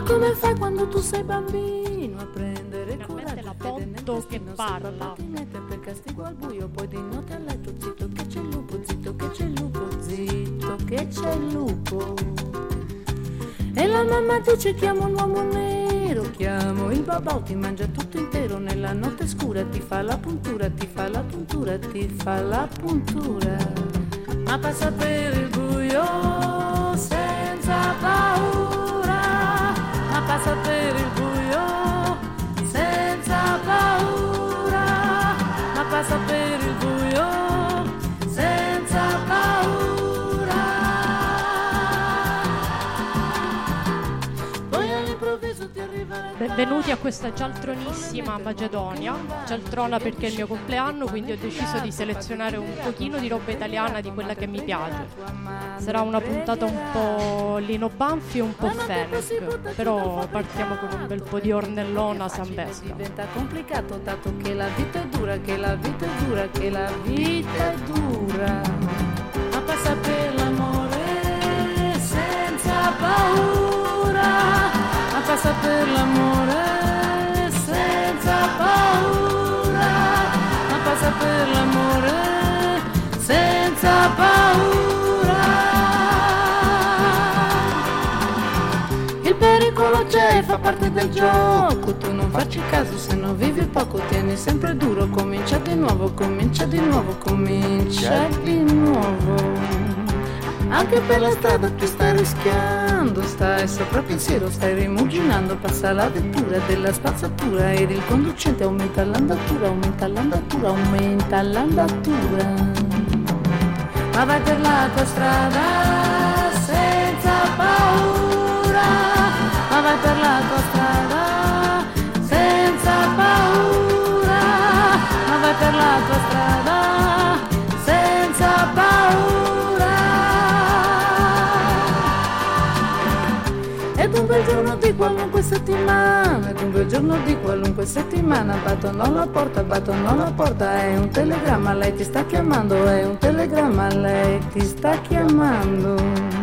Ma come fai quando tu sei bambino a prendere cura Veramente la Ponto che parla. Per castigo al buio, poi di notte a letto, zitto che c'è il lupo, zitto che c'è il lupo, zitto che c'è il lupo. E la mamma dice chiamo un uomo nero, chiamo il babà, ti mangia tutto intero, nella notte scura ti fa la puntura, ti fa la puntura, ti fa la puntura. Ma passa per il buio senza paura, ma passa per il buio senza paura, ma passa per il buio senza paura. Poi all'improvviso ti arriva la... Benvenuti a questa cialtronissima Macedonia. Cialtrona perché è il mio compleanno, quindi ho deciso di selezionare un pochino di roba italiana, di quella che mi piace. Sarà una puntata un po' Lino Banfi e un po' Fenech, però partiamo con un bel po' di Ornellona Sambesca. Diventa complicato dato che la vita è dura, che la vita è dura, che la vita è dura. Ma passa per l'amore senza paura, ma passa per l'amore senza paura, ma passa per l'amore senza paura. Il pericolo c'è, fa parte del gioco, tu non farci caso se non vivi poco, tieni sempre duro, comincia di nuovo, comincia di nuovo, comincia di nuovo. Anche per la strada tu stai rischiando, stai sopra pensiero, stai rimuginando, passa la vettura della spazzatura ed il conducente aumenta l'andatura, aumenta l'andatura, aumenta l'andatura. Ma vai per la tua strada senza paura, ma vai per la tua strada senza paura, ma vai per la tua strada senza paura. Ed un bel giorno di qualunque settimana, ed un bel giorno di qualunque settimana, battono alla porta, è un telegramma, lei ti sta chiamando, è un telegramma, lei ti sta chiamando.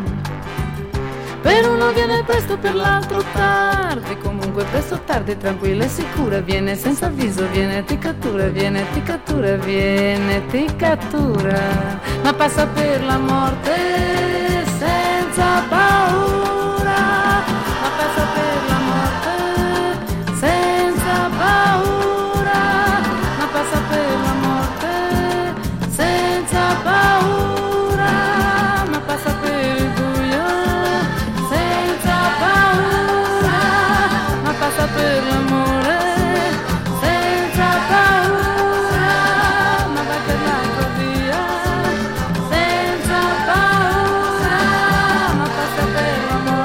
Per uno viene presto, per l'altro tardi, comunque presto o tardi, tranquilla e sicura, viene senza avviso, viene ti cattura, viene ti cattura, viene ti cattura. Ma passa per la morte senza paura, ma passa per la morte senza paura, ma passa per la morte senza paura, ma passa per il buio senza paura, ma passa per l'amore senza paura, ma vai per la tua via senza paura, ma passa per l'amore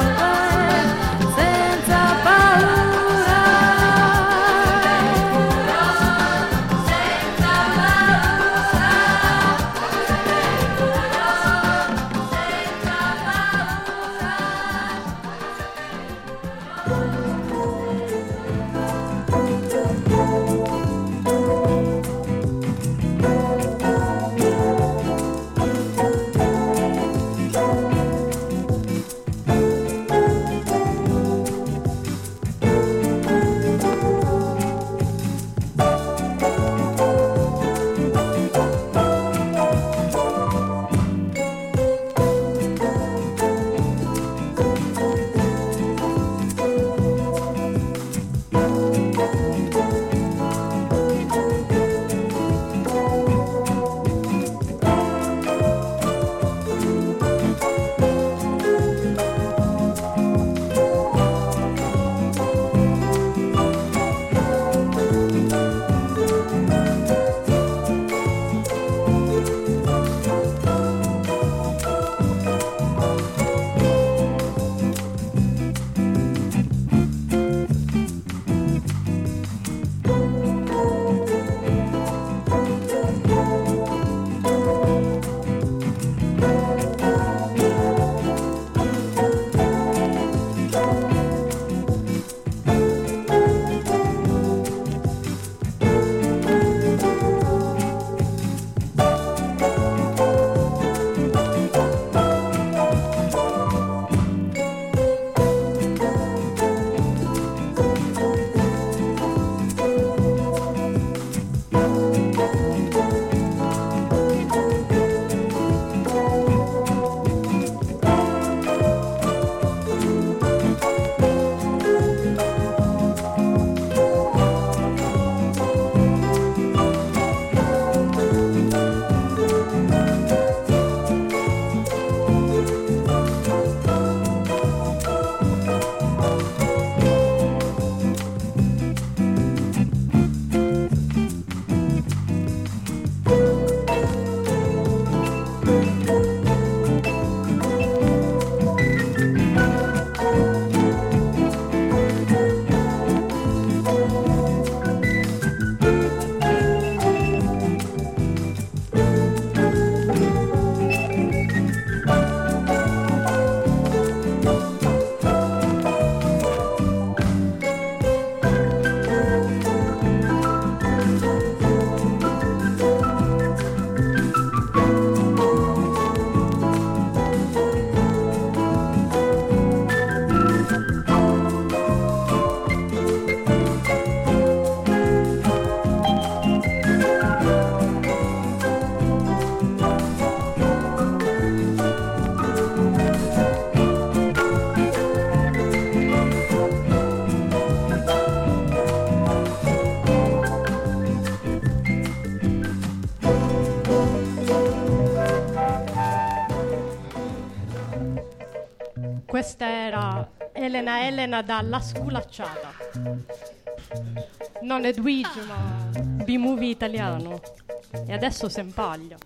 Elena dalla sculacciata. Non è Dwight, ma B-movie italiano. E adesso se impaglia.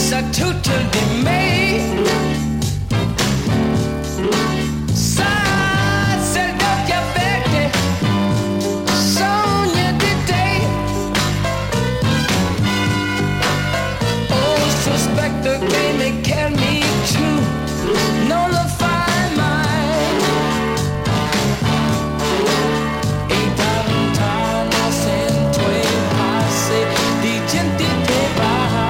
sa tutto di me. Sa se gli occhi aperti sogna di te. Oh, sospetto che mi chiami tu, non lo fai mai. E da lontano sento i passi di gente che va.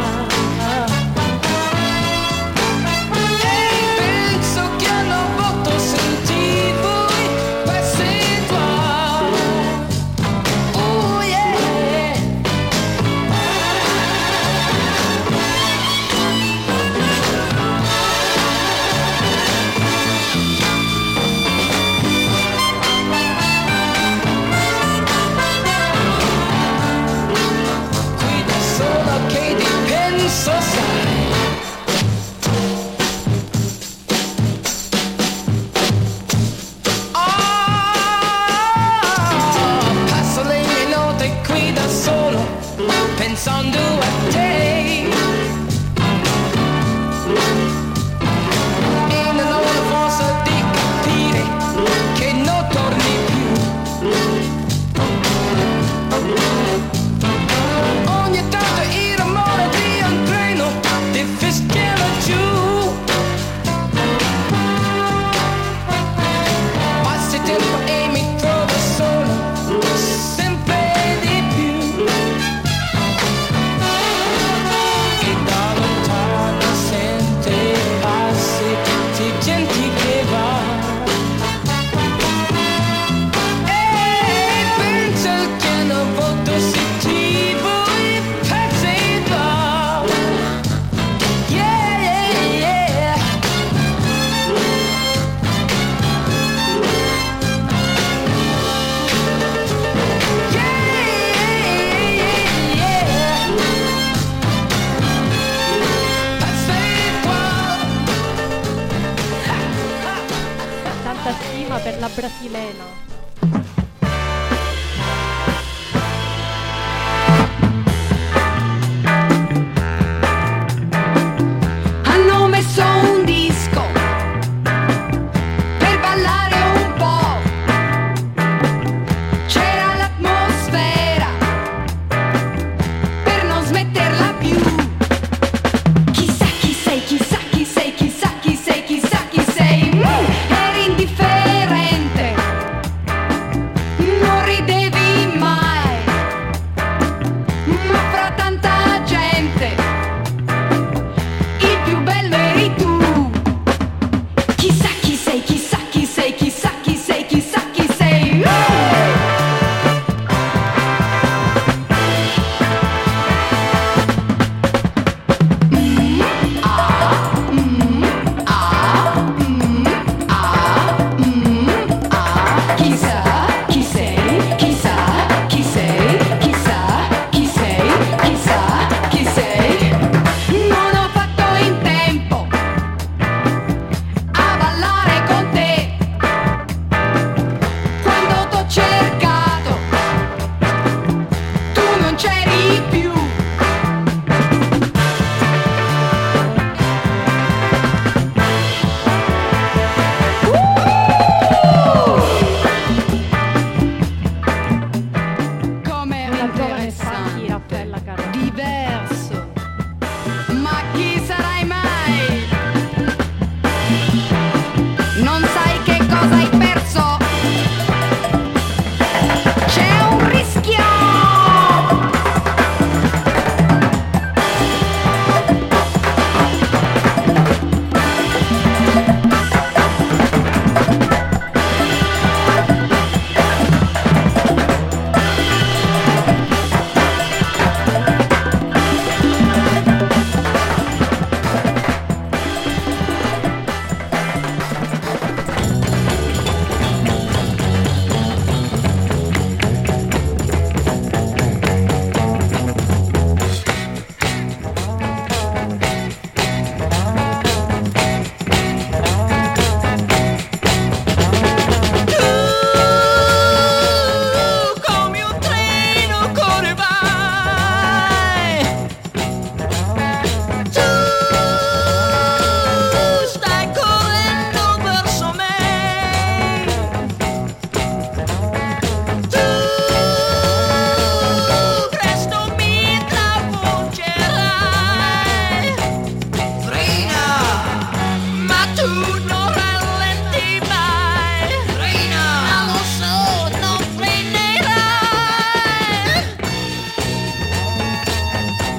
Pensando a te e non ho la forza di capire che non torni più. Ogni tanto il rumore di un treno ti fischia giù. Passa il tempo e mi trovo solo, sempre di più. Gente che va e penso che non voglio sentivo i pezzi va. Yeah, yeah, yeah. Yeah, yeah, yeah. Pezzi qua. Tanta stima per la brasilena. Hanno messo un disco per ballare un po'. C'era l'atmosfera per non smetterla più. Chissà chi sei, chissà chi sei, chissà chi sei, chissà chi sei. Eri indifferente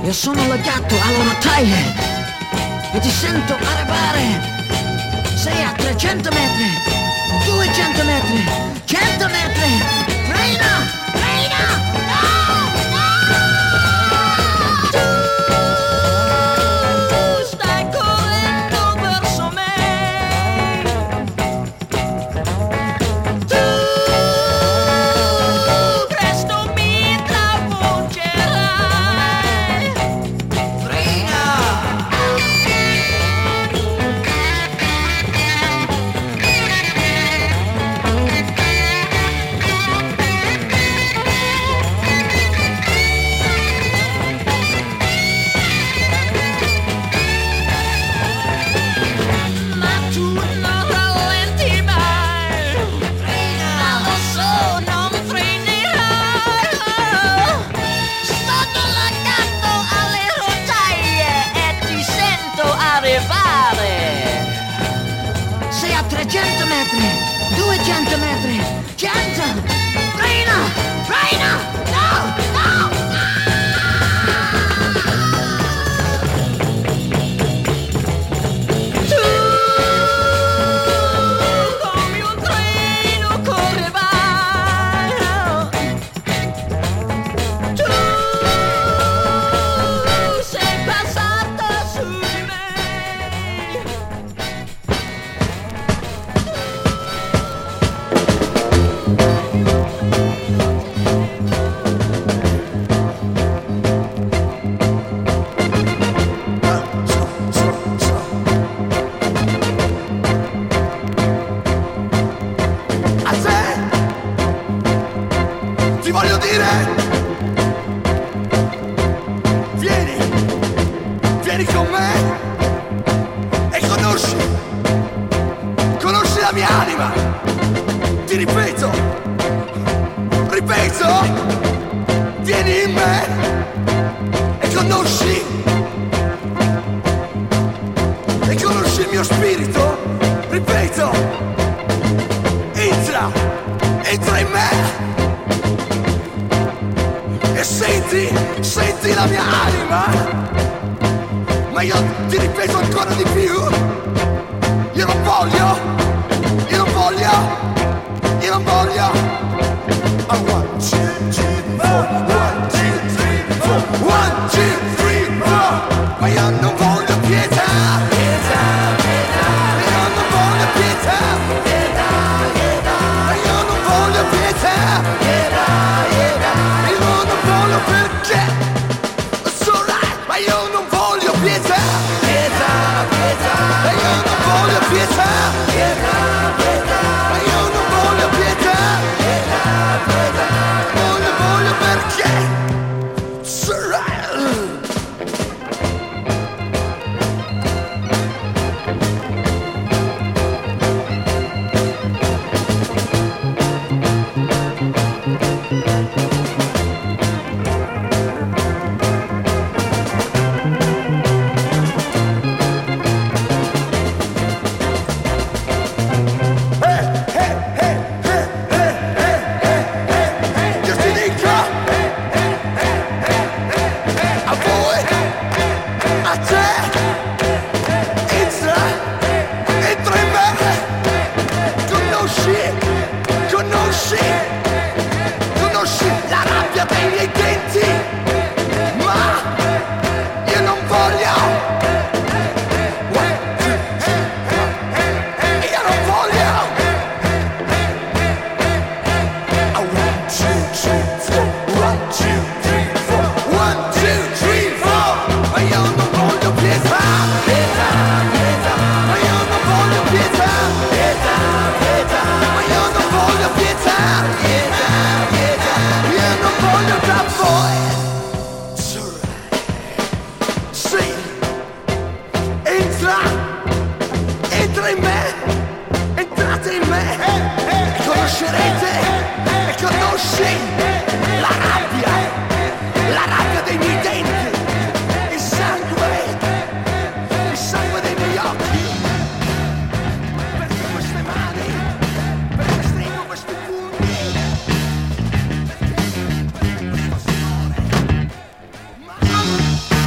Io sono legato alla rotaia e ti sento arrivare. Sei a 300 metri, 200 metri, 100 metri. Reina, Reina, no, no! Tu stai correndo verso me. Tu presto mi travolgerai. Reina. Ma tu non rallenti mai. Ma lo so, non frenerai. Sono legato alle rotaie e ti sento arrivare. Sei a 300 metri, 200 metri, 100. Reina, Reina, no, no, no! Tu come un treno correrai. Tu sei passata su di me. A te ti voglio dire, vieni, vieni con me e conosci la mia anima. Ti ripeto, vieni in me e conosci il mio spirito. Ripeto, entra in me e senti la mia anima. Ma io ti ripeto ancora di più, io non voglio. I want 2, 3, 4, 1, 2, 3, 4, 1, 2, 3, 4. Ma io non voglio pietà. Io non voglio pietà. Ma io non voglio pietà. Io non voglio perché. It's alright. Ma io non voglio pietà. Ma io non voglio pietà. Ma io non voglio pietà. Voglio perché. It's alright. Io ti dico a voi, a te, entra in me. Conosci la rabbia dei miei denti, ma io non voglio. Io non voglio. I want 2, 3, 4, 1, 2, 3, 4, 1, 2, 3, 4. Ma io non voglio pietà. Ma io non voglio pietà. Ma io non voglio pietà. Io non voglio da voi. Sì, entra in me. Entrate in me e conoscerete e conosci la rabbia dei miei denti, il sangue dei miei occhi. Perché queste mani, perché stringo questi pugni, perché questo sudore. Ma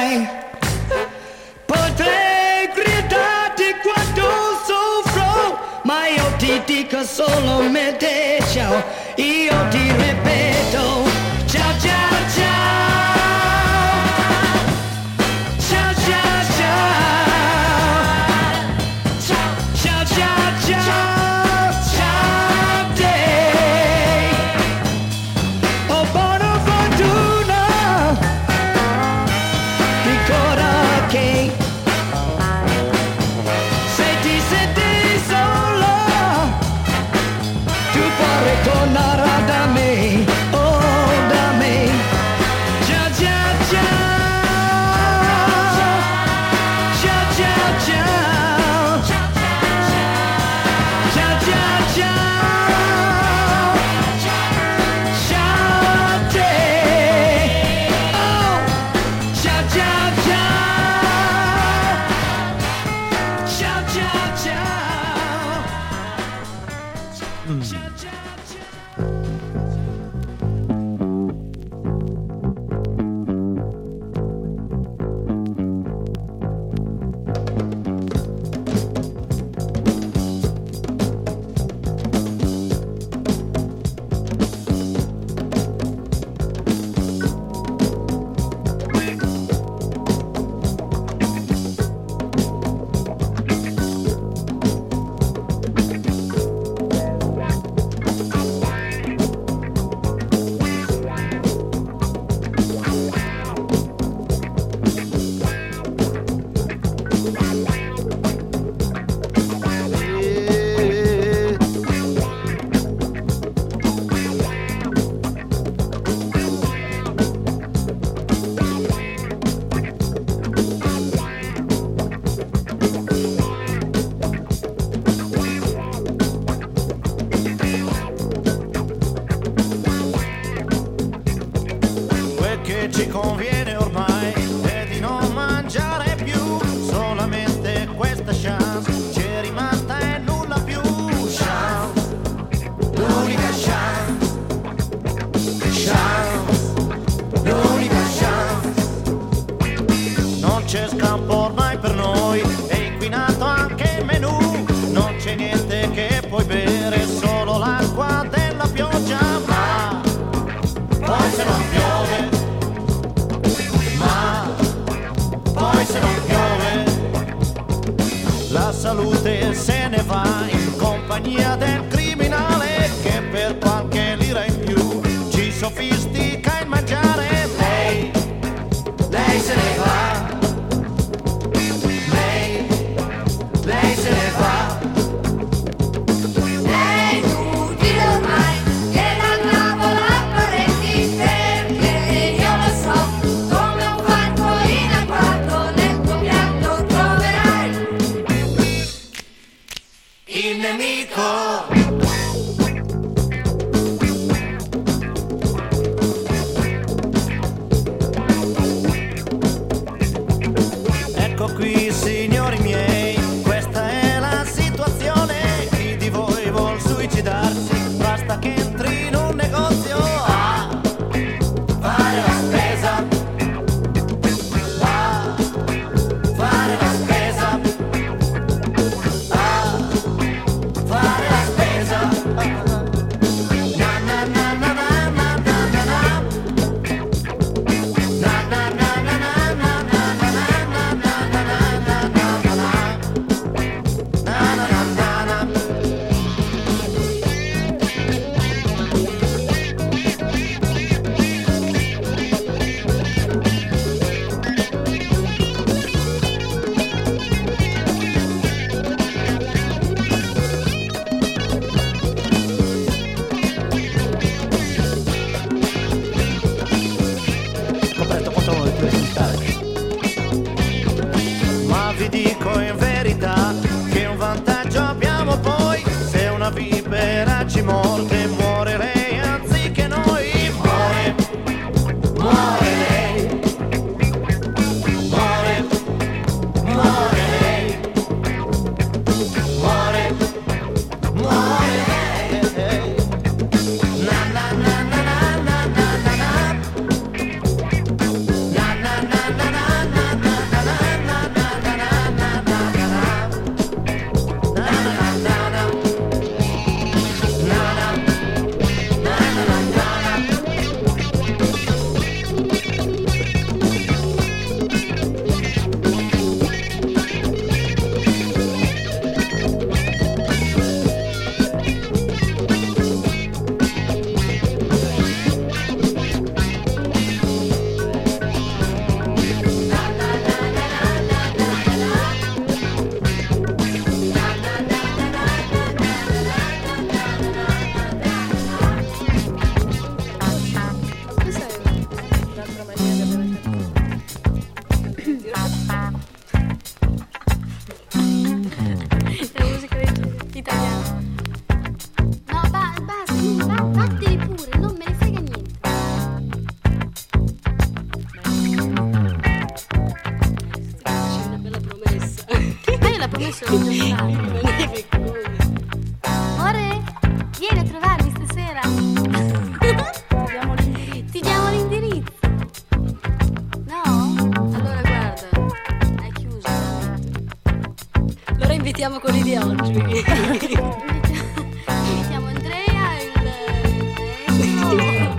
mai. Potrei gridarti quanto soffro, ma io ti dico solamente ciao. Io ti ripeto ciao ciao ciao. Ciao ciao ciao. Ciao ciao ciao ciao. Ciao te. Oh buona fortuna. Ricorda che se ti senti sola tu puoi tornare da me, oh da me. Ciao ciao ciao. Ciao ciao ciao. Ciao ciao ciao. Ciao a te. Oh, ciao ciao ciao. Ciao ciao ciao. Ciao ciao ciao. Quel che ci conviene ormai è di non mangiare più, solamente questa chance ci è rimasta e nulla più. Chance, l'unica chance. Chance, l'unica chance. Non c'è scampo ormai per noi, è inquinato anche il menù. Non c'è niente che puoi bere, solo l'acqua della pioggia. Ma poi se non piove, ma poi se non piove, la salute se ne va in compagnia del criminale che per qualche lira in più ci sofistica il mangiare. Lei se ne va, lei se ne va. È inutile ormai che la tavola apparecchi, perché io lo so, come un falco in agguato nel tuo piatto troverai Il nemico. Ecco qui signori miei, questa è la situazione. Chi di voi vuol suicidarsi, basta che entri in un negozio a fare la spesa, a fare la spesa, a fare la spesa. Na na na na na na na na na. Na na na na na na na na na na na na na na. Ma vi dico in verità che un vantaggio abbiamo poi, se una vipera ci morde, muore lei anziché noi. Muore, muore lei, muore, muore lei, muore, muore lei. Na na na na na na na na na. Na na na na na na. io sono giornale. Amore, vieni a trovarmi stasera. Ti diamo l'indirizzo. No? Allora guarda, è chiuso. Allora invitiamo quelli di oggi. Invitiamo Andrea, Luca.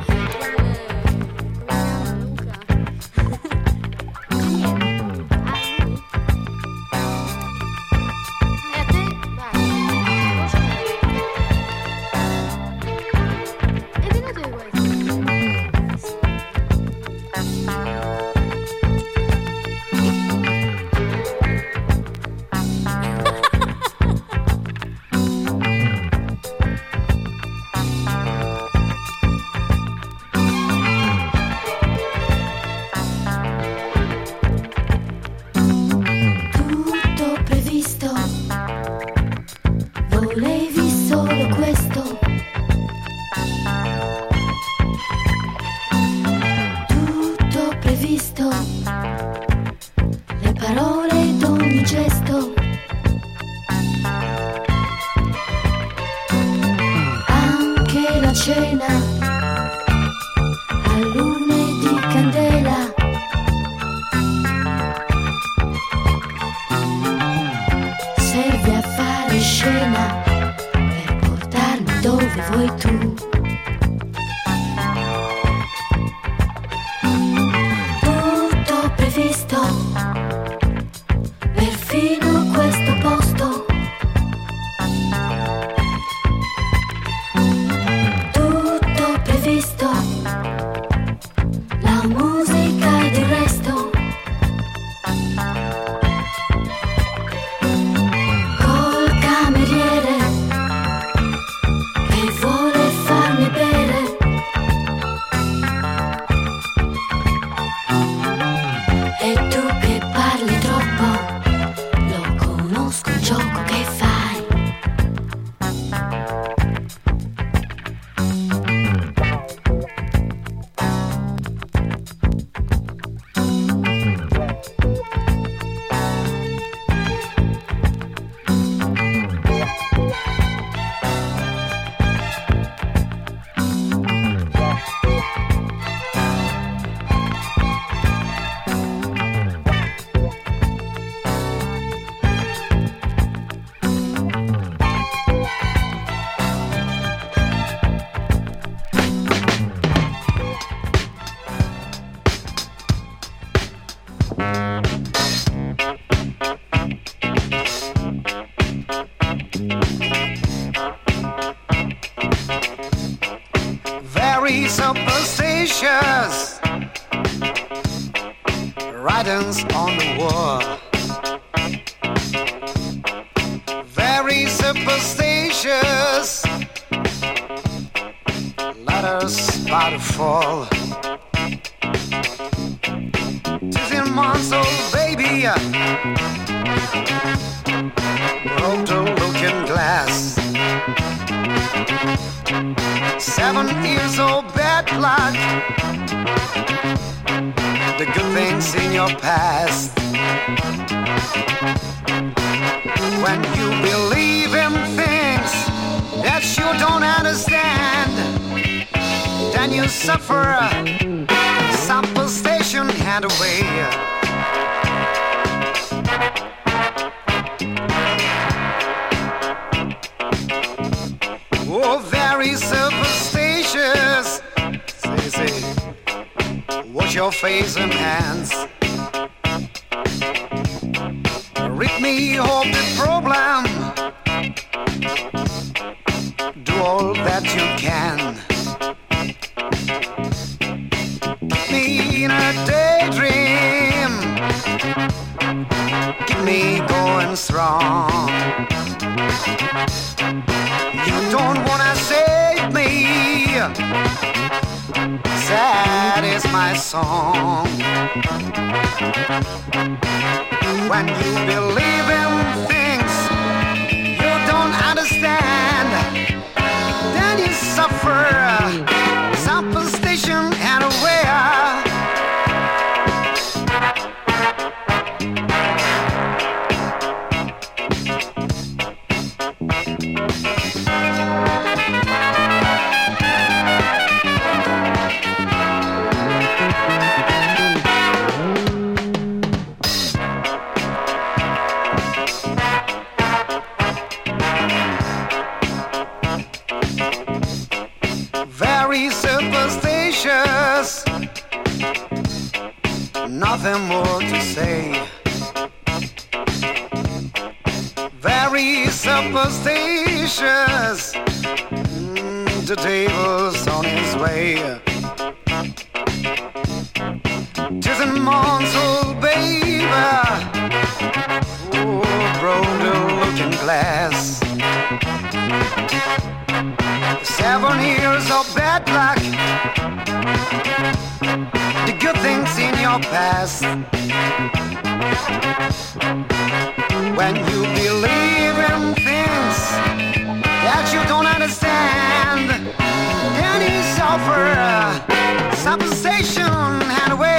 Superstitious writings on the wall, very superstitious letters about to fall. 16 months old baby broke the looking glass. 7 years old bad luck, the good things in your past. When you believe in things that you don't understand, then you suffer superstition hand away. Oh, very superstitious. Say, wash your face and hands. Rid me of the problem. Do all that you can. Keep me in a daydream. Keep me going strong. You don't wanna save me. Sad is my song. When you believe in things you don't understand, then you suffer superstition and aware. say. Very superstitious. The devil's on his way. 'Tis a month's old baby. Oh, broke the looking glass. 7 years of bad luck. The good things in your past. When you believe in things that you don't understand, then you suffer supposition and aware.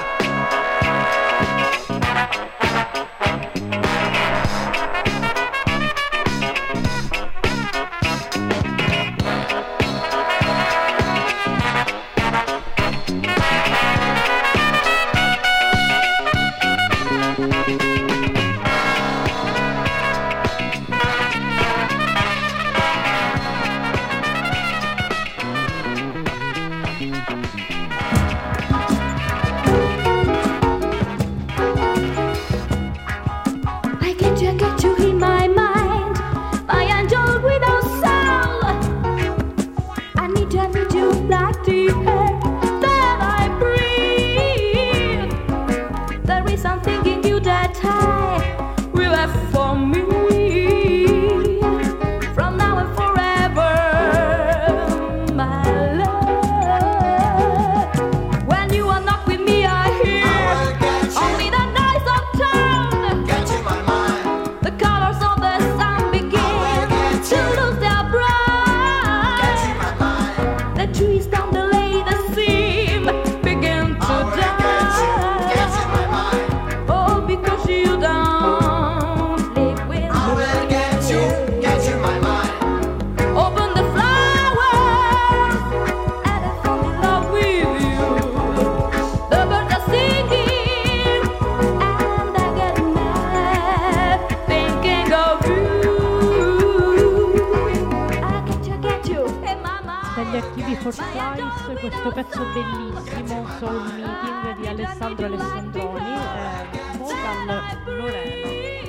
Questo pezzo bellissimo, Soul Meeting di Alessandro Alessandroni, vocal Lorena.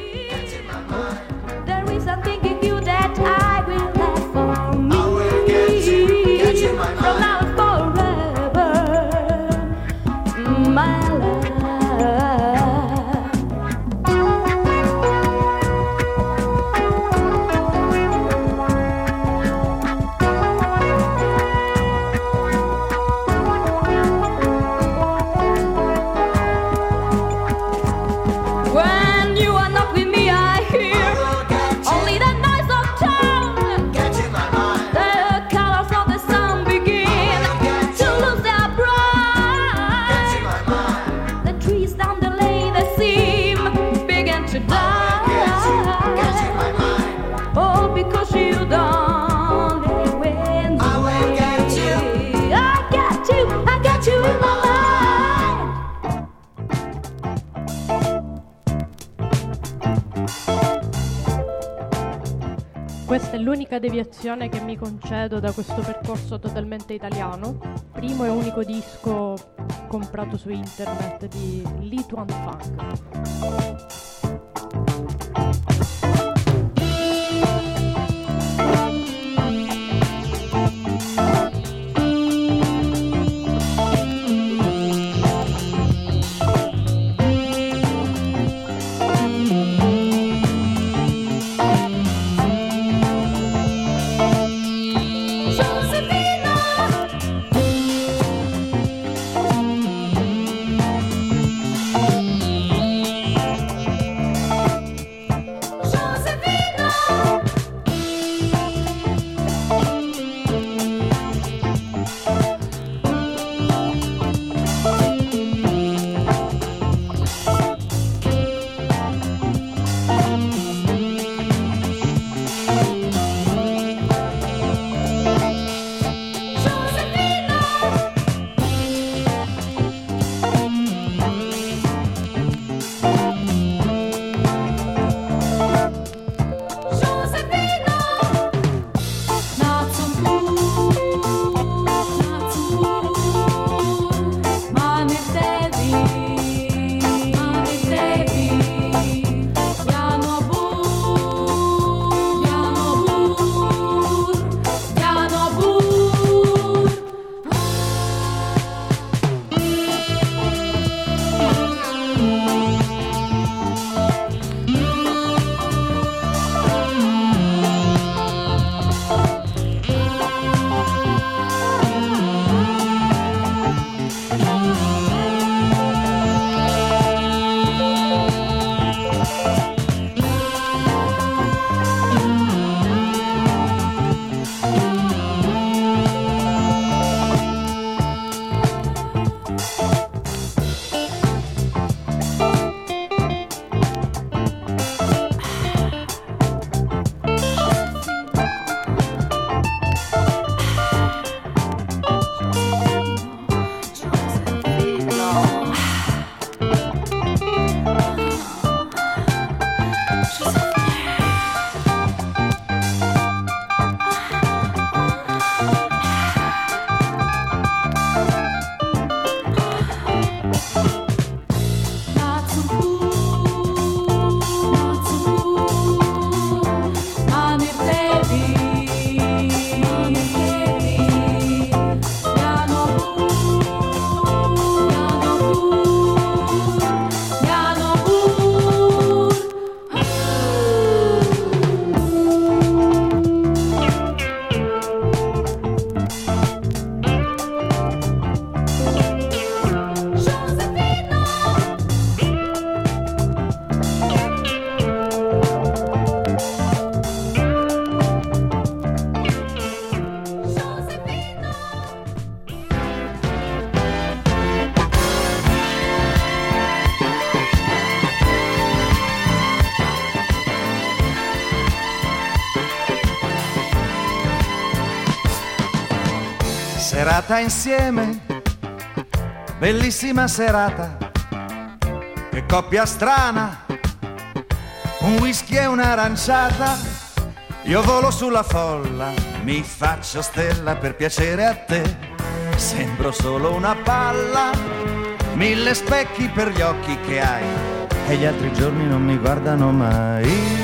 There is something in you that I will have for me. I will get you my from now forever, my love. Questa è l'unica deviazione che mi concedo da questo percorso totalmente italiano. Primo e unico disco comprato su internet di Lituan Funk. serata insieme, bellissima serata, che coppia strana, un whisky e un'aranciata. Io volo sulla folla, mi faccio stella per piacere a te, sembro solo una palla, 1000 specchi per gli occhi che hai, e gli altri giorni non mi guardano mai.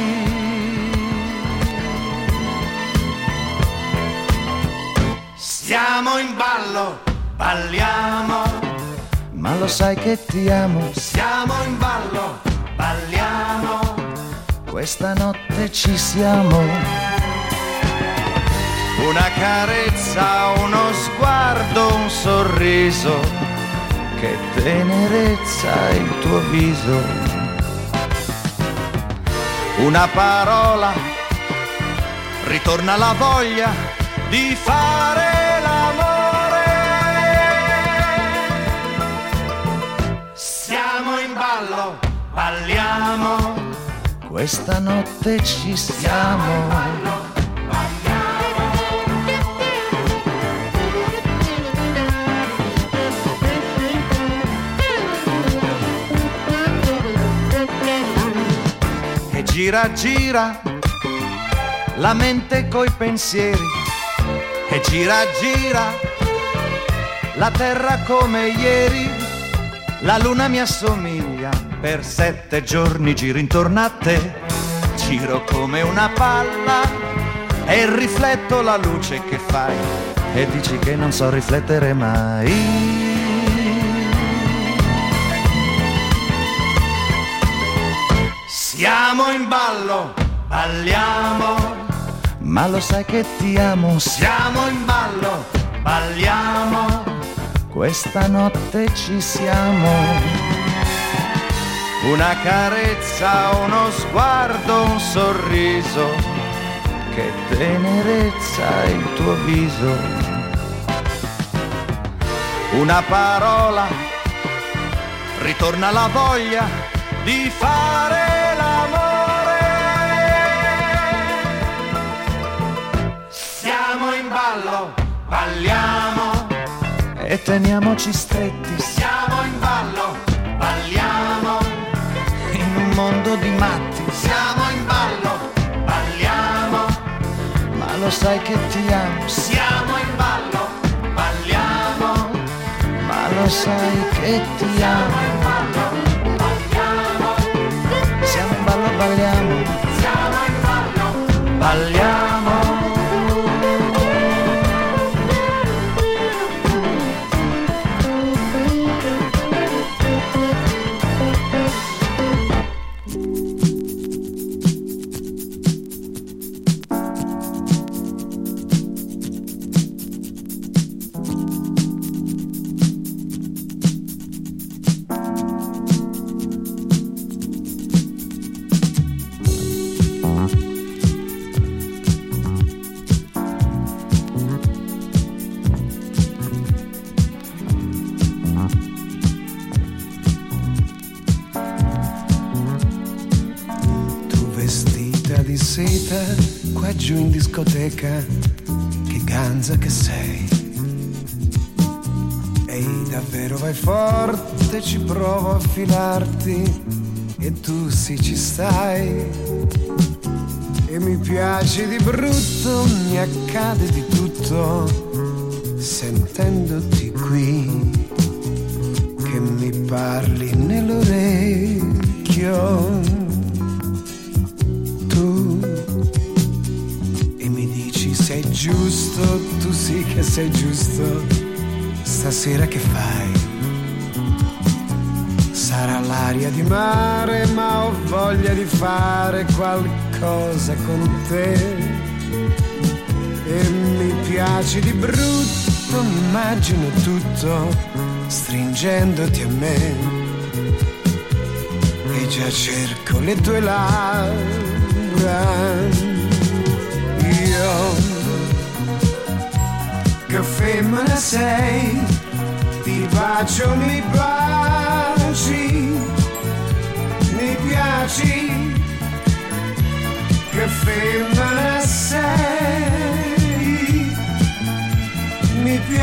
Siamo in ballo, balliamo, ma lo sai che ti amo. Siamo in ballo, balliamo, questa notte ci siamo. Una carezza, uno sguardo, un sorriso, che tenerezza il tuo viso. Una parola, ritorna la voglia di fare l'amore. Siamo in ballo, balliamo, questa notte ci siamo. E gira gira la mente coi pensieri, e gira gira la terra come ieri. La luna mi assomiglia, per 7 giorni giro intorno a te, giro come una palla e rifletto la luce che fai, e dici che non so riflettere mai. Siamo in ballo, balliamo, ma lo sai che ti amo. Siamo in ballo, balliamo, questa notte ci siamo. Una carezza, uno sguardo, un sorriso, che tenerezza il tuo viso. Una parola, ritorna la voglia di fare l'amore. Siamo in ballo, balliamo, e teniamoci stretti. Siamo in ballo, balliamo, in un mondo di matti. Siamo in ballo, balliamo, ma lo sai che ti amo. Siamo in ballo, balliamo, ma lo sai che ti amo. Siamo in ballo, balliamo, siamo in ballo, balliamo. Qua giù in discoteca, che ganza che sei. Ehi, davvero vai forte, ci provo a filarti, e tu sì ci stai. E mi piaci di brutto, mi accade di tutto, sentendoti qui, che mi parli nell'orecchio. Sei giusto, tu sì che sei giusto. Stasera che fai? Sarà l'aria di mare, ma ho voglia di fare qualcosa con te. E mi piaci di brutto, mi immagino tutto stringendoti a me, e già cerco le tue labbra. Che femmina sei, ti bacio, mi baci, mi piaci. Che femmina sei, mi piaci.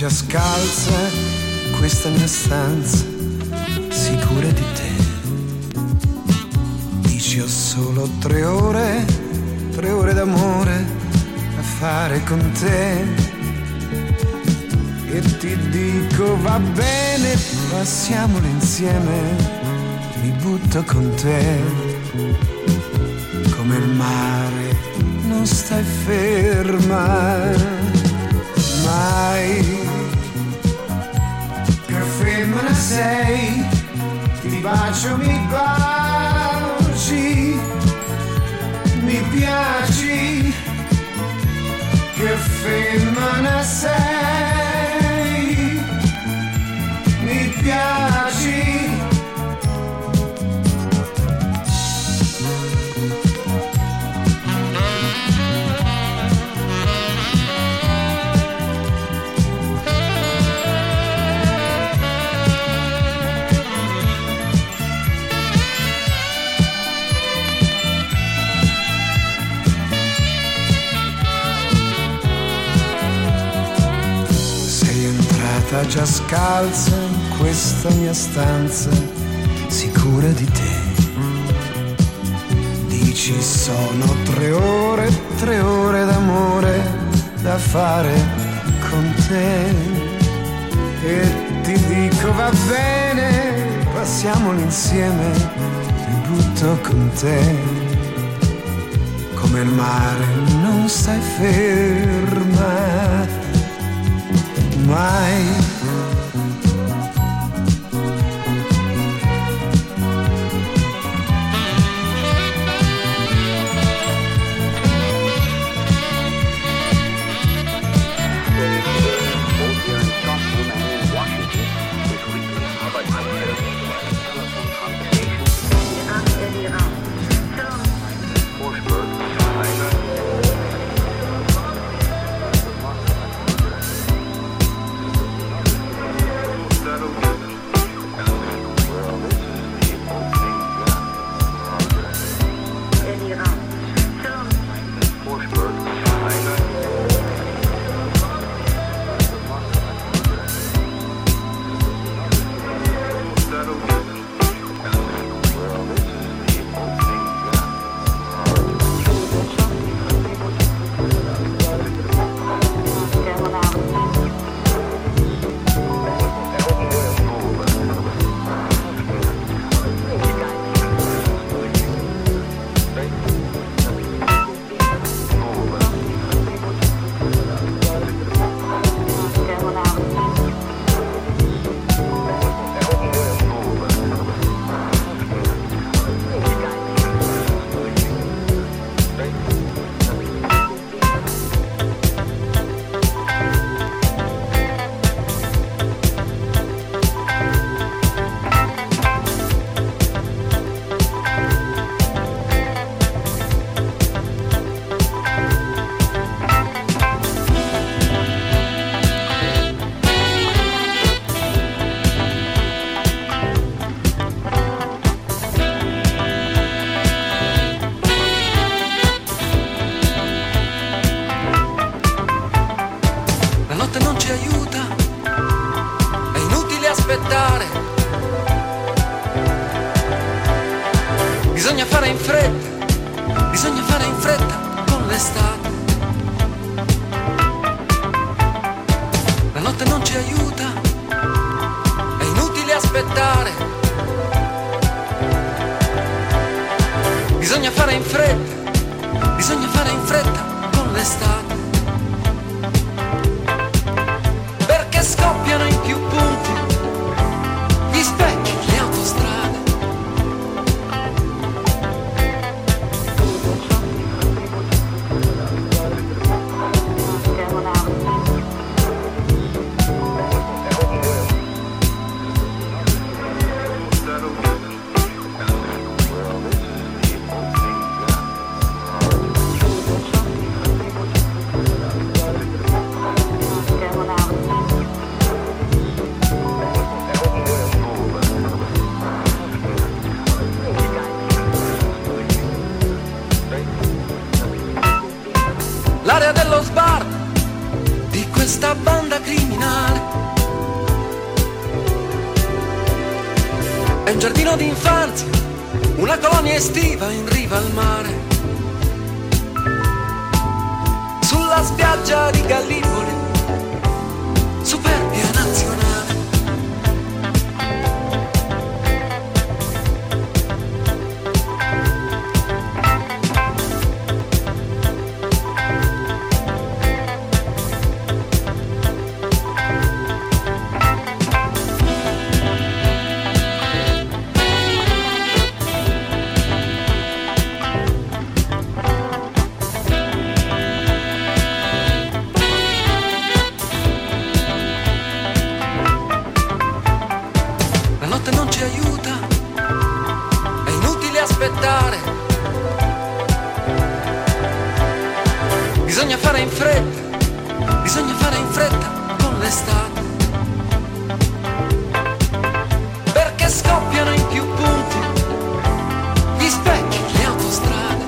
già scalza questa mia stanza, sicura di te. Dici ho solo 3 ore d'amore a fare con te. E ti dico va bene, passiamolo insieme, mi butto con te. Come il mare non stai ferma mai. Che femmina sei, ti bacio, mi baci, mi piaci. Che femmina sei, mi piaci. Già scalza in questa mia stanza, sicura di te. Dici sono 3 ore d'amore da fare con te. E ti dico va bene, passiamolo insieme, mi butto con te. Come il mare non stai ferma mai. Bisogna fare in fretta con l'estate. La notte non ci aiuta, è inutile aspettare. Bisogna fare in fretta con l'estate. Perché scoppiano in più punti gli specchi, le autostrade. È un giardino d'infanzia, una colonia estiva in riva al mare. Sulla spiaggia di Gallipoli, superbia nazionale. Bisogna fare in fretta con l'estate, perché scoppiano in più punti gli specchi, le autostrade.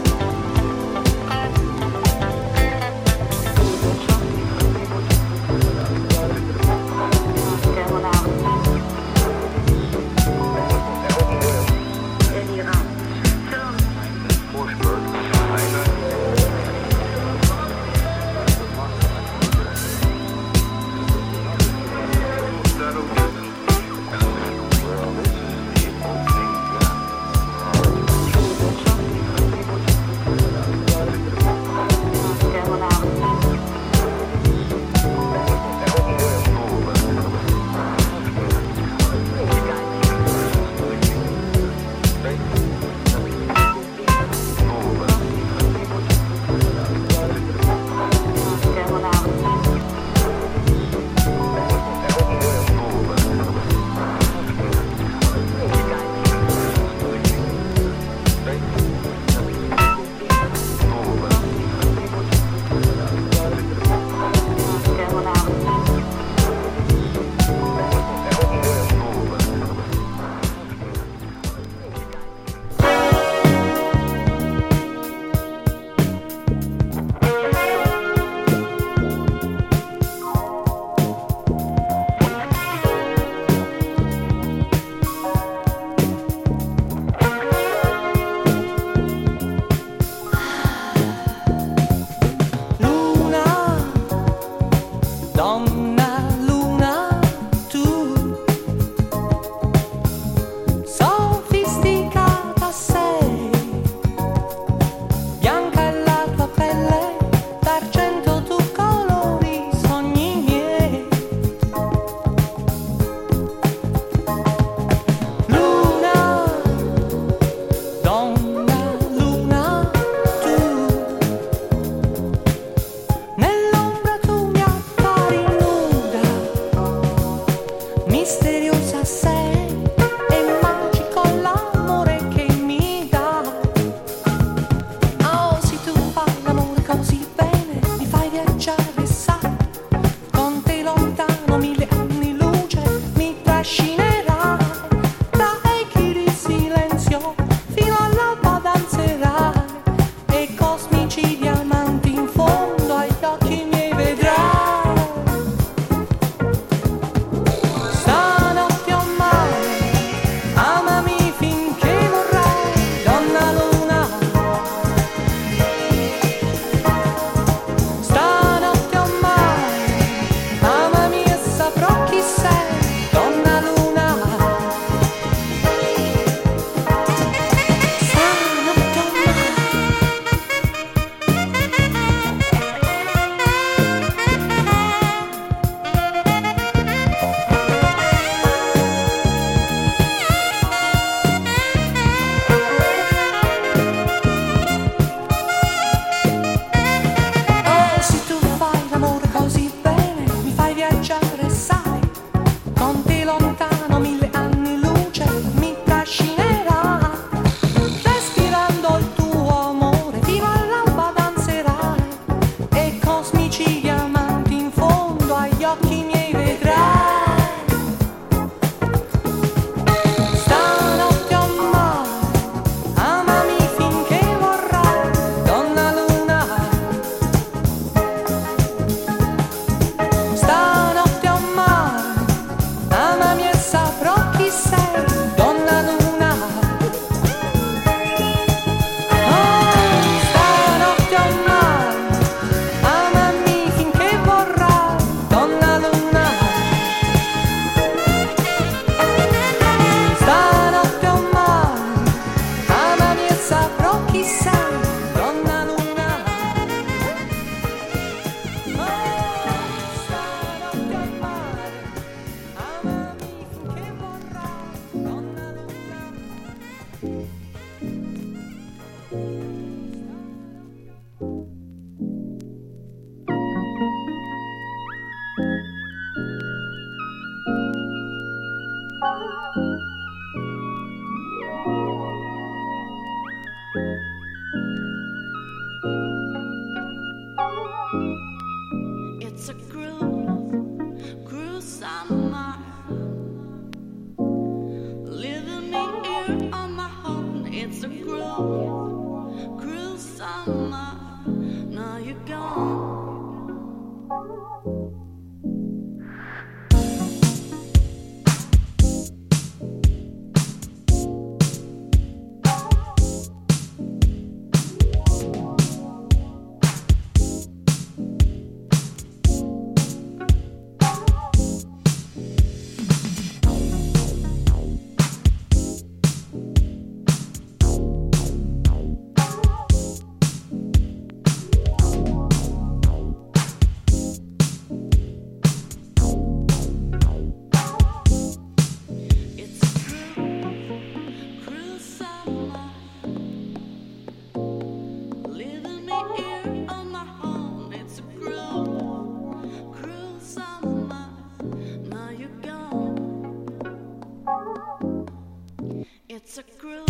It's a groove.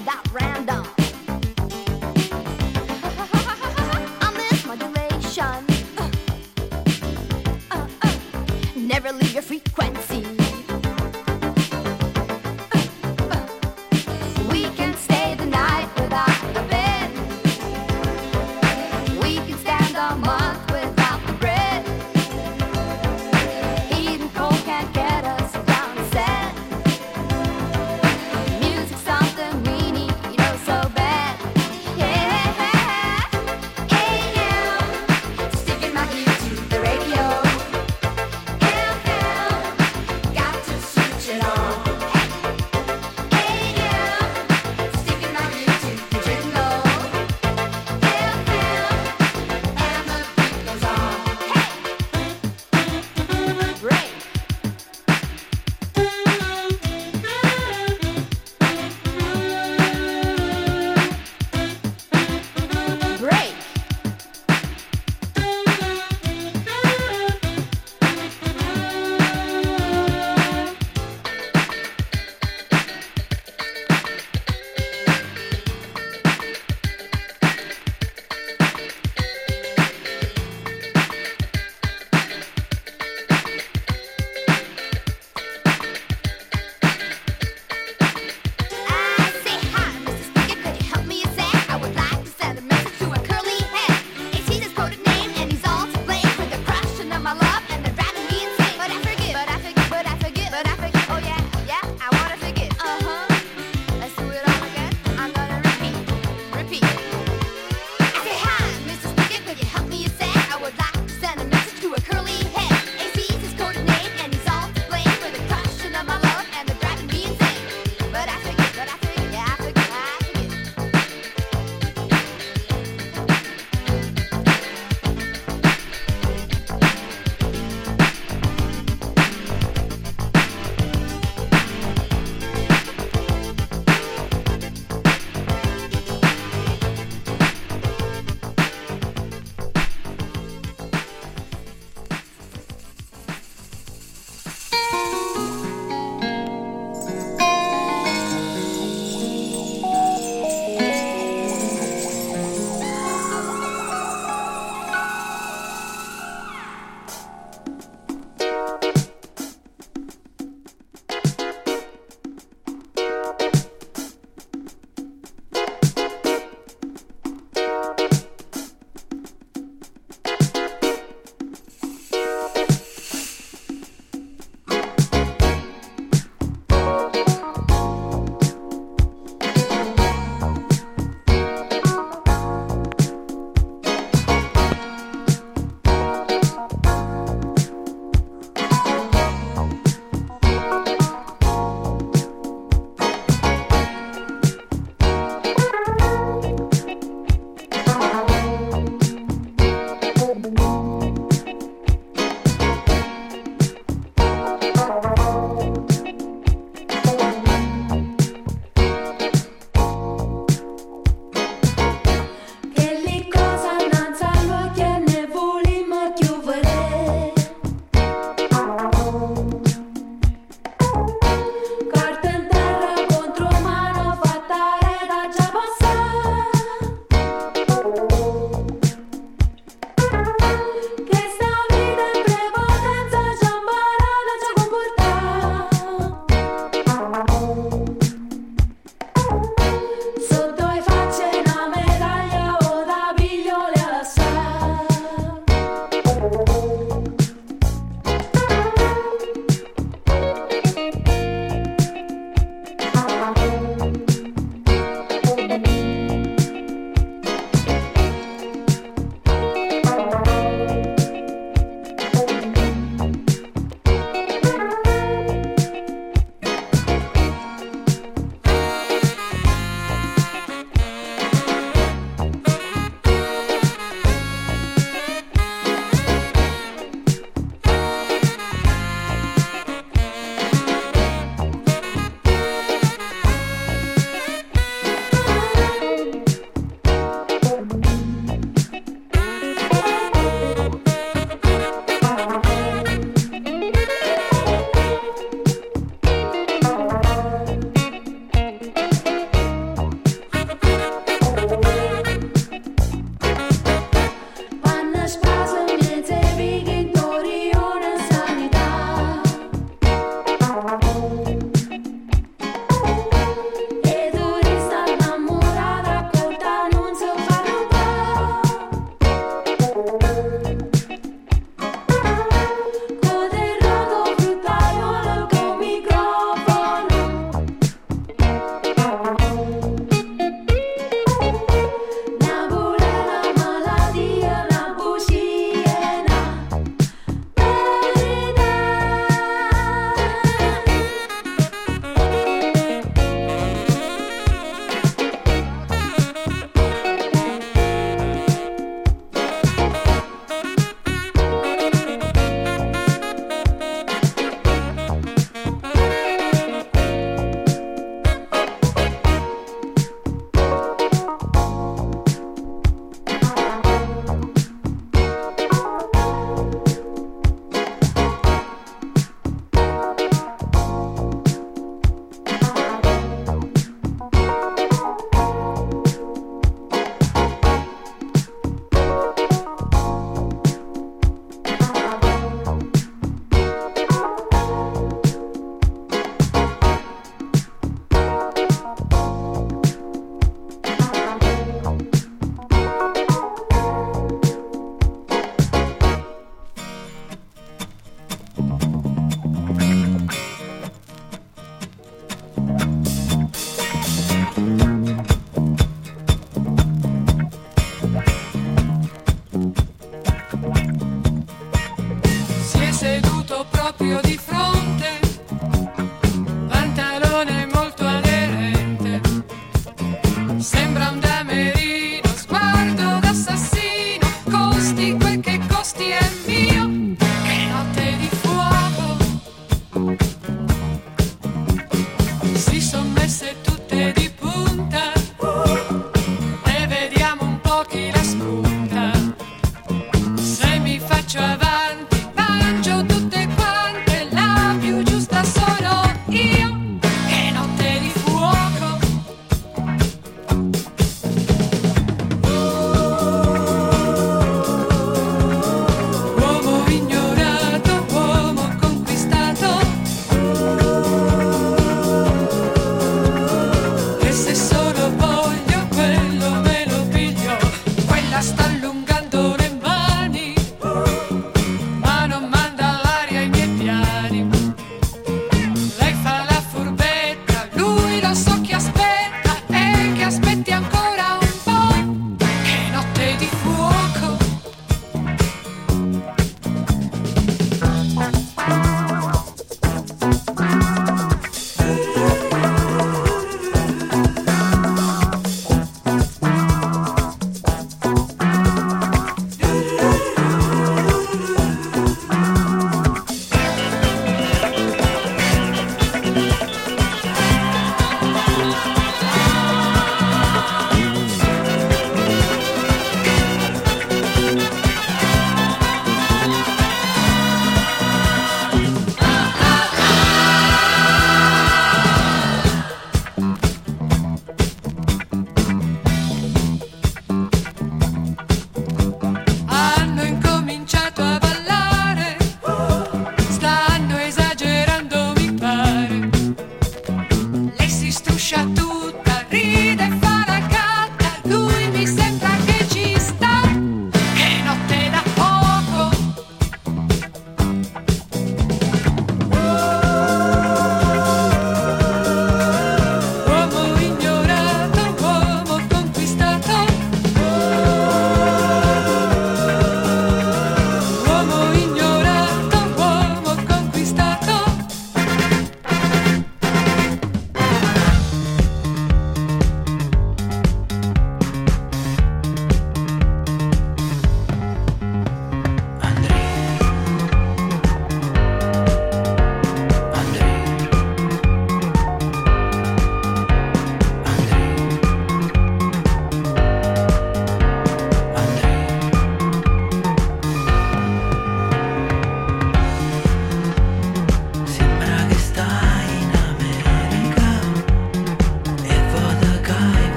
without random. On this modulation, never leave your frequency. We can stay the night without a bed. We can stand a month without the bread. Heat and cold can't get us down a set. Music's something we need, you know, so bad. Yeah, AM, sticking my ear to the radio. FM,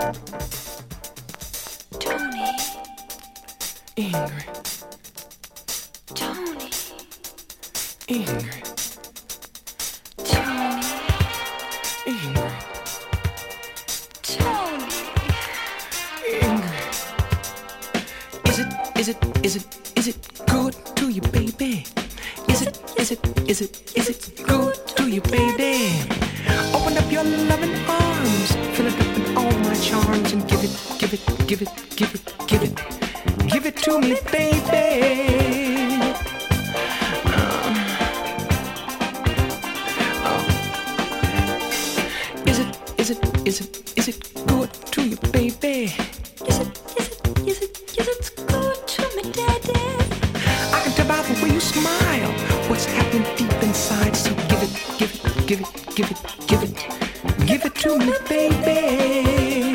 Tony. Ingrid. Tony. Ingrid. Tony. Ingrid. Tony. Ingrid. Is it good to you, baby? Is it good to you, baby? Open up your loving arms, fill it up with all my charms, and give it to me, baby. Is it good to you, baby? Is it good to me, daddy? I can tell by the way you smile what's happening deep inside. So give it to me, baby.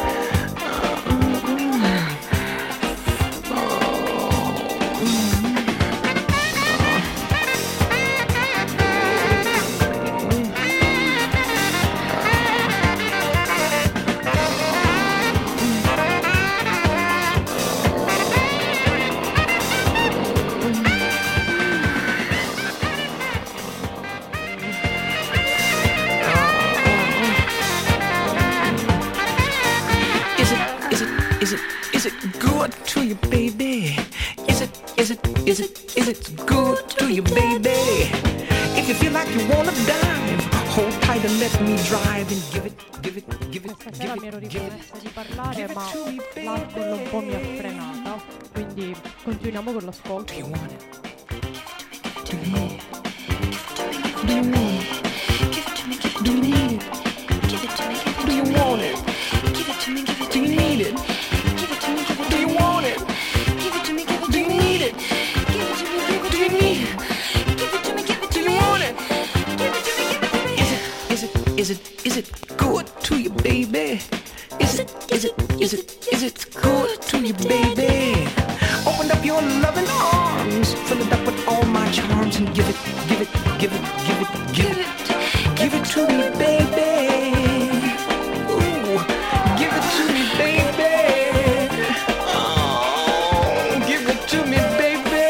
Is it good to you, baby? Is it good to you, baby? If you feel like you wanna dive, hold tight and let me drive and give it. Stasera mi ero ripromessa di parlare, ma l'alcol un po' mi ha frenata, quindi continuiamo con l'ascolto. Do you want it? Is it good to you, baby? Is it good to you, baby? Open up your loving arms, fill it up with all my charms, and give it to me, baby. Ooh, give it to me, baby. Oh, give it to me, baby.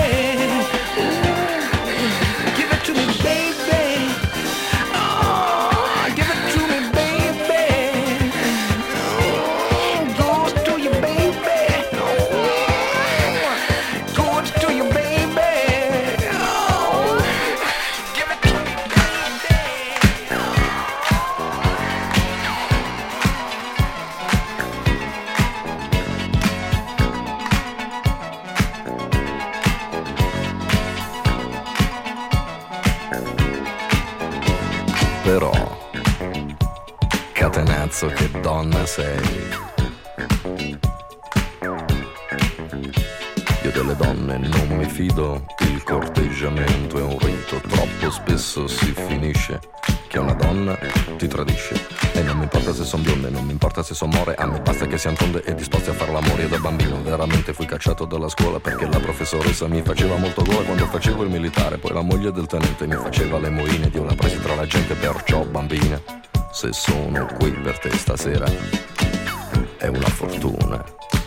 Ooh, give it to me, baby. Oh, give it to me, baby. Oh, good to you, baby. Oh, good to you, baby. Oh, give it to me, baby. Però, catenazzo che donna sei. Io delle donne non mi fido, il corteggiamento è un rito, troppo spesso si finisce che una donna ti tradisce. E non mi importa se son bionde, non mi importa se son more, a me basta che siano tonde e disposti a far l'amore. Io da bambino veramente fui cacciato dalla scuola perché la professoressa mi faceva molto gola quando facevo il militare. Poi la moglie del tenente mi faceva le moine ed io la presi tra la gente, perciò bambina, se sono qui per te stasera è una fortuna.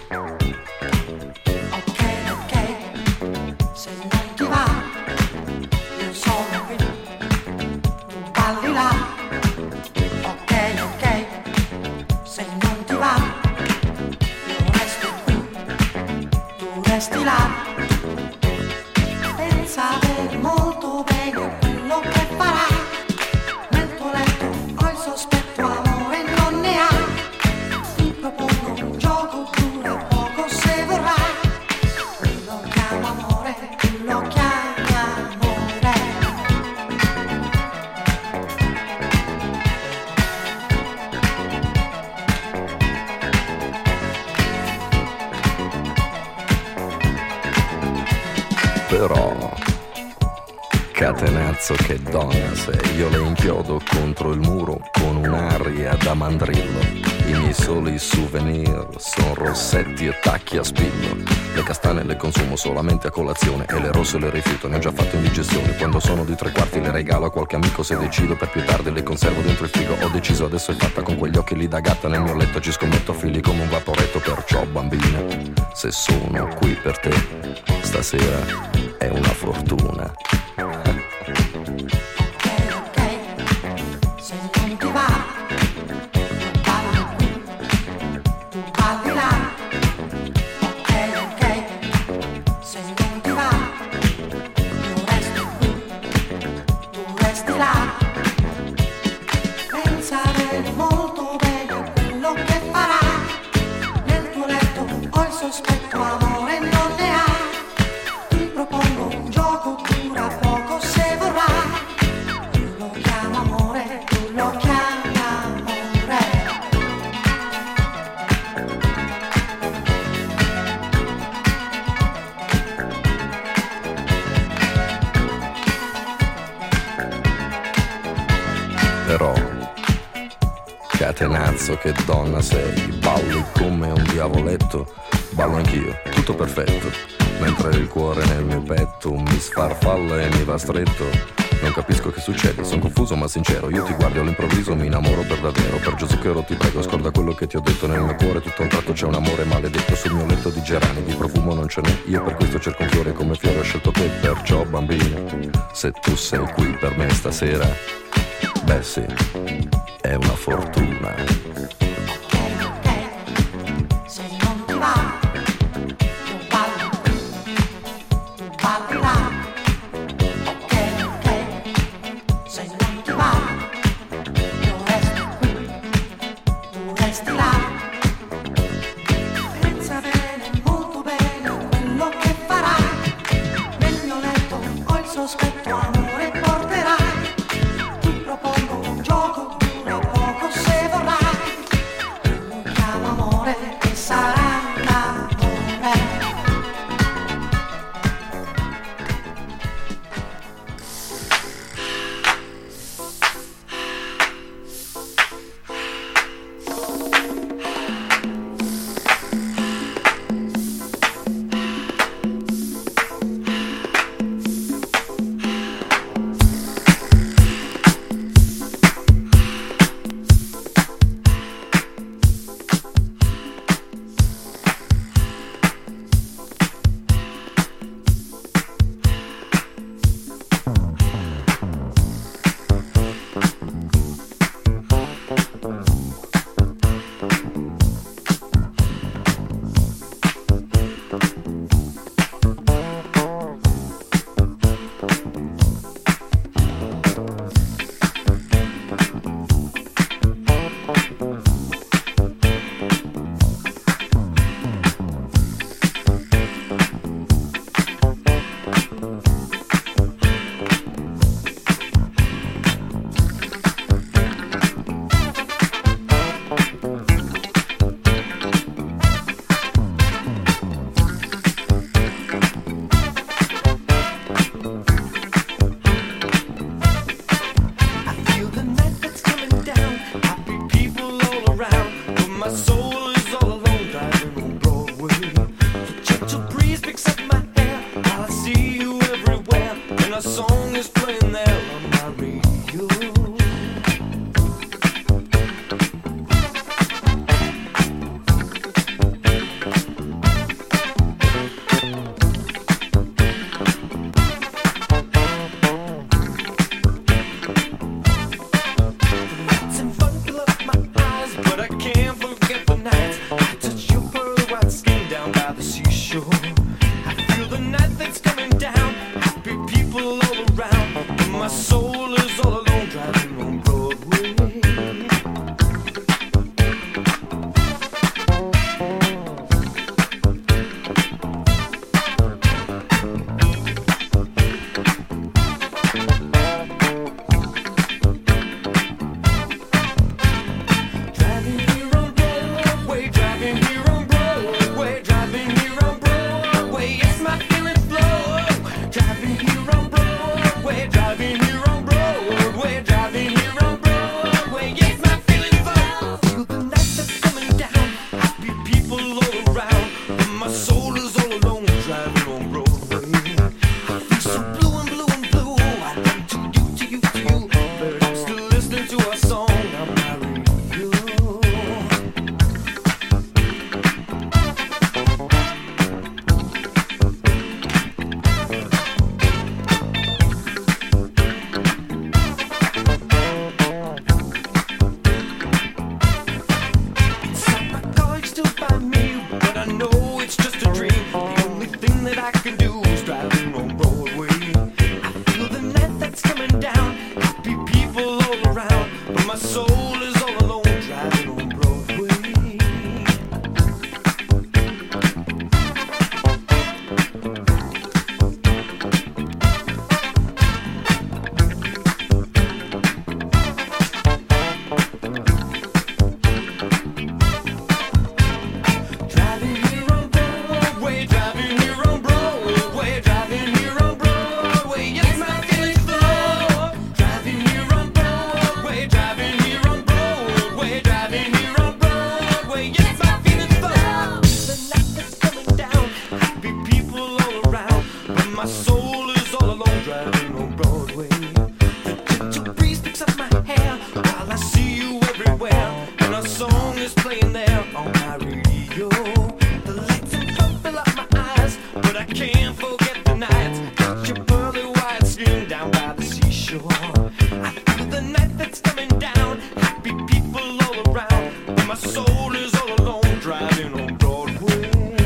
Se non ti va, io sono qui, tu balli là. Ok, se non ti va, io resto qui, tu resti là. Pensa bene, molto bene a quello che farai. Nel tuo letto ho il sospetto, amore non ne ha. Ti propongo un gioco, dura poco se vorrai. Lo chiamo amore, lo chiami amore. Però, catenazzo che donna sei. Io le inchiodo contro il muro con un'aria da mandrillo. I miei soli souvenir sono rossetti e tacchi a spillo. Le castane le consumo solamente a colazione e le rosse le rifiuto, ne ho già fatto indigestione. Quando sono di 3/4 le regalo a qualche amico se decido, per più tardi le conservo dentro il frigo. Ho deciso, adesso è fatta, con quegli occhi lì da gatta nel mio letto ci scommetto fili come un vaporetto. Perciò bambina, se sono qui per te stasera è una fortuna. Però, catenazzo che donna sei, balli come un diavoletto, ballo anch'io, tutto perfetto, mentre il cuore nel mio petto mi sfarfalla e mi va stretto. Non capisco che succede, sono confuso ma sincero, io ti guardo all'improvviso mi innamoro per davvero. Per Gesù che ero ti prego, scorda quello che ti ho detto, nel mio cuore tutto a un tratto c'è un amore maledetto. Sul mio letto di gerani, di profumo non ce n'è, io per questo cerco un fiore, come fiore ho scelto te. Perciò bambina, se tu sei qui per me stasera, beh sì, è una fortuna. sitting there on my radio. The lights and fun fill up my eyes, but I can't forget the nights. Got your pearly white skin down by the seashore. I feel the night that's coming down, happy people all around, but my soul is all alone driving on Broadway.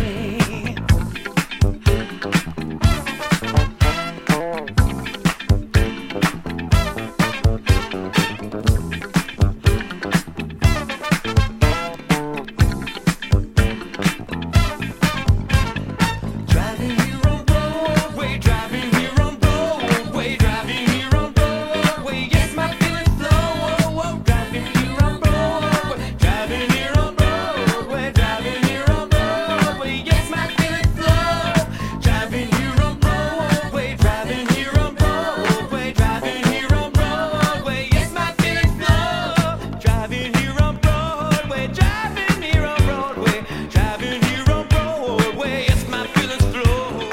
Driving here on Broadway, driving here on Broadway, driving here on Broadway. Yes, my feelings flow. Driving here on Broadway, driving here on Broadway, driving here on Broadway. Yes, my feelings flow. Driving here on Broadway, driving here on Broadway, driving here on Broadway. Yes, my feelings flow. Driving here on Broadway, driving here on Broadway, driving here on Broadway. Yes, my feelings flow.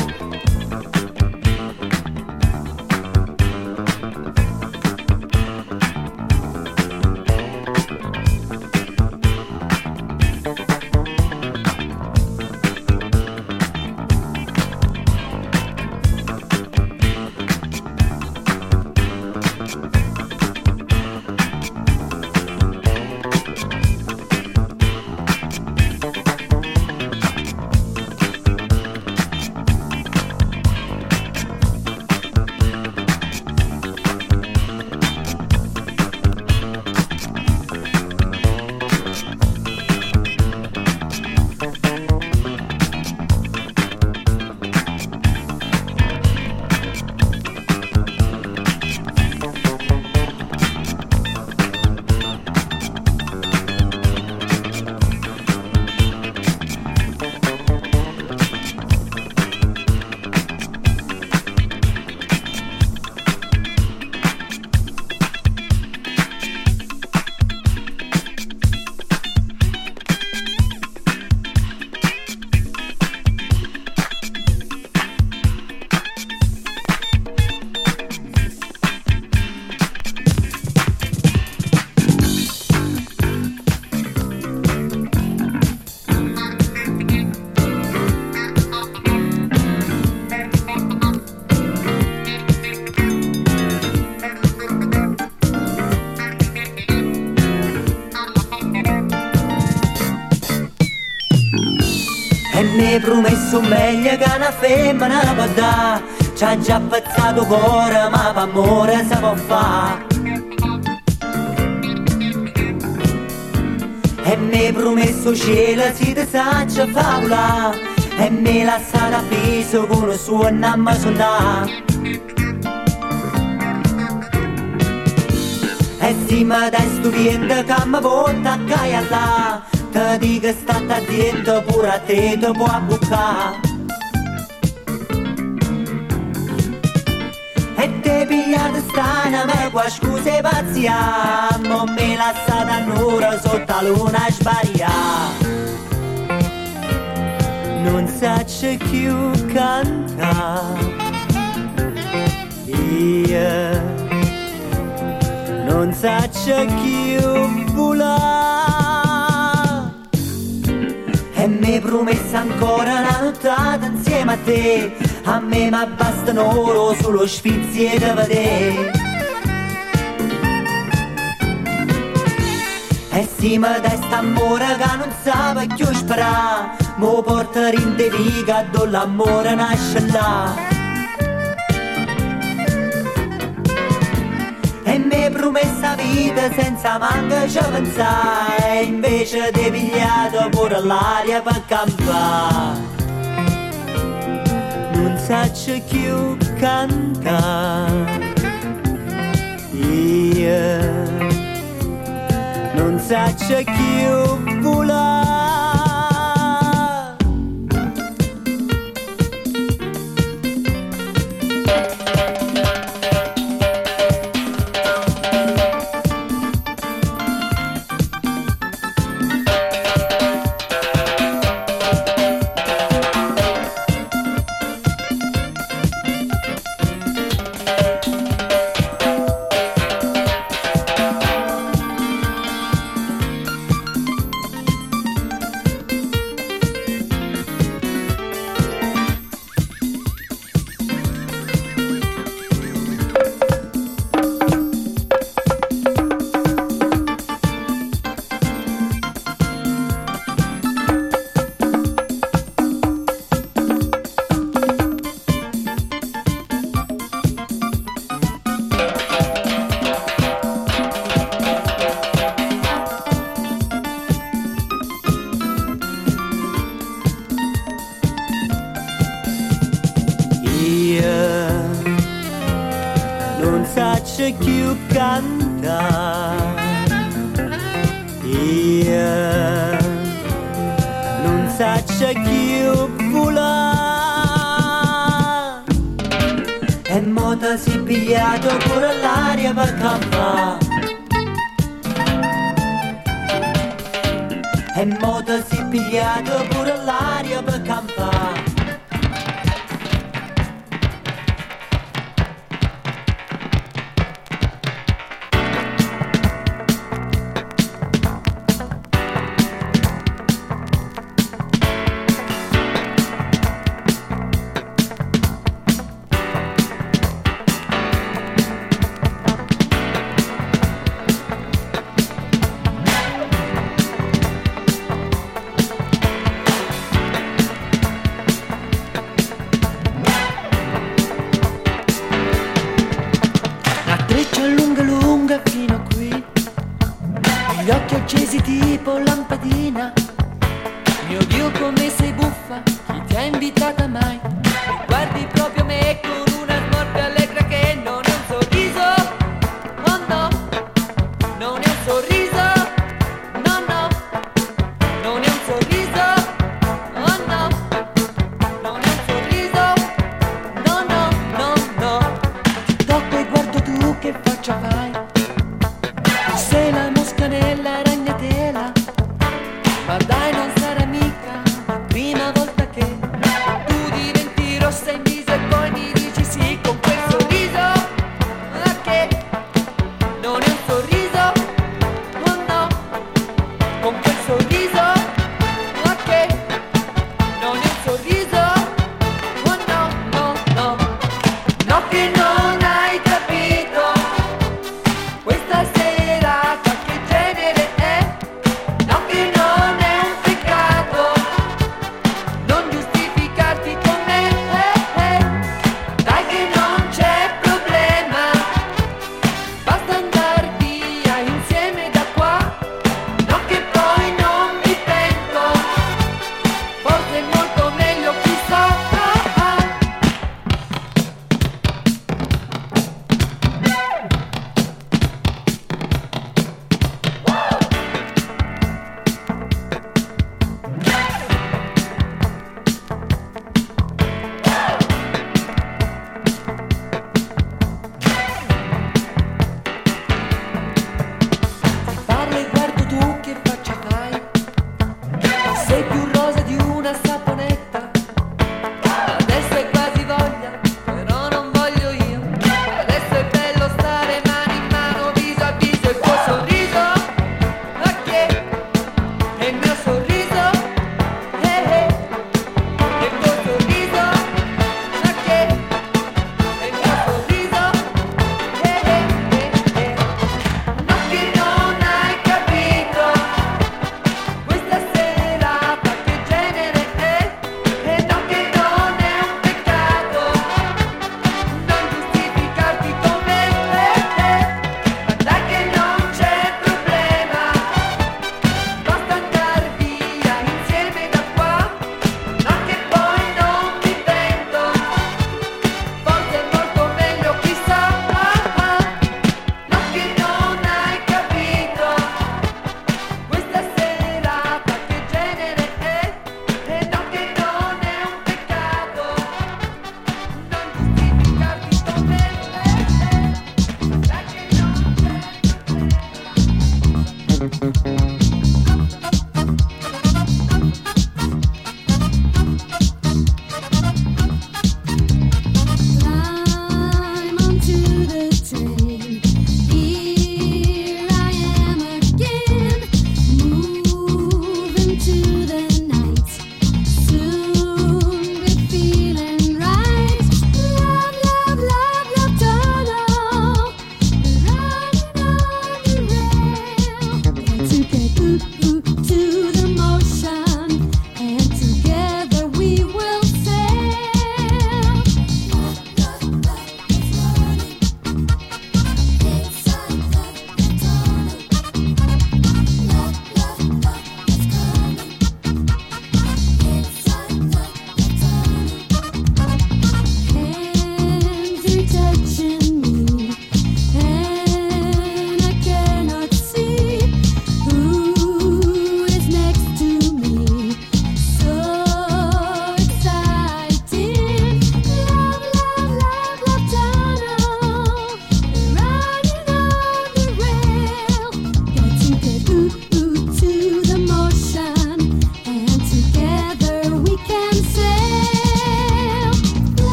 E mi hai promesso meglio che una femmina può dare. Ci ha già pezzato cuore, ma per amore si può fare. E mi hai promesso cielo si ti saccia favola. E mi lasciato appeso con il suo nome suonare. E se mi dai sto vento che mi porta a caia là, ti dico state attento pure a te ti può abbuccare. E te pigliate stana ma qua scuse pazziamo, mi lasciate a nura sotto la luna a sbagliare. Non saccio più cantare, io non saccio più volare. E mi hai promesso ancora una nottata insieme a te, a me mi bastano oro solo sfizie da vedere. E se mi dai st'amore che non sa più sperare, mo porta in te viga dove l'amore nasce là. E mi hai promesso vita senza manca ci pensare, e invece ti pigliato pure l'aria per campare. Non saccio più cantare, io non saccio più volare. saccio più cantare. Io non saccio più volare. E moda si pigliato pure l'aria per campare. E moda si pigliato pure l'aria per campare.